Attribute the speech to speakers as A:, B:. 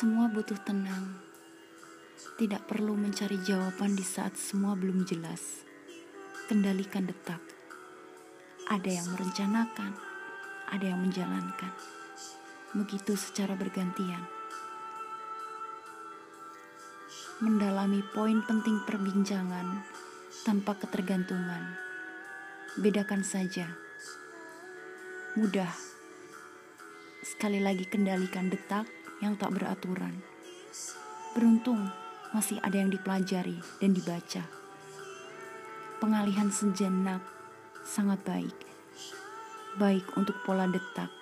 A: Semua butuh tenang. Tidak perlu mencari jawaban di saat semua belum jelas. Kendalikan detak. Ada yang merencanakan, ada yang menjalankan. Begitu secara bergantian. Mendalami poin penting perbincangan tanpa ketergantungan. Bedakan saja. Mudah. Sekali lagi kendalikan detak yang tak beraturan. Beruntung masih ada yang dipelajari dan dibaca. Pengalihan sejenak sangat baik. Baik untuk pola detak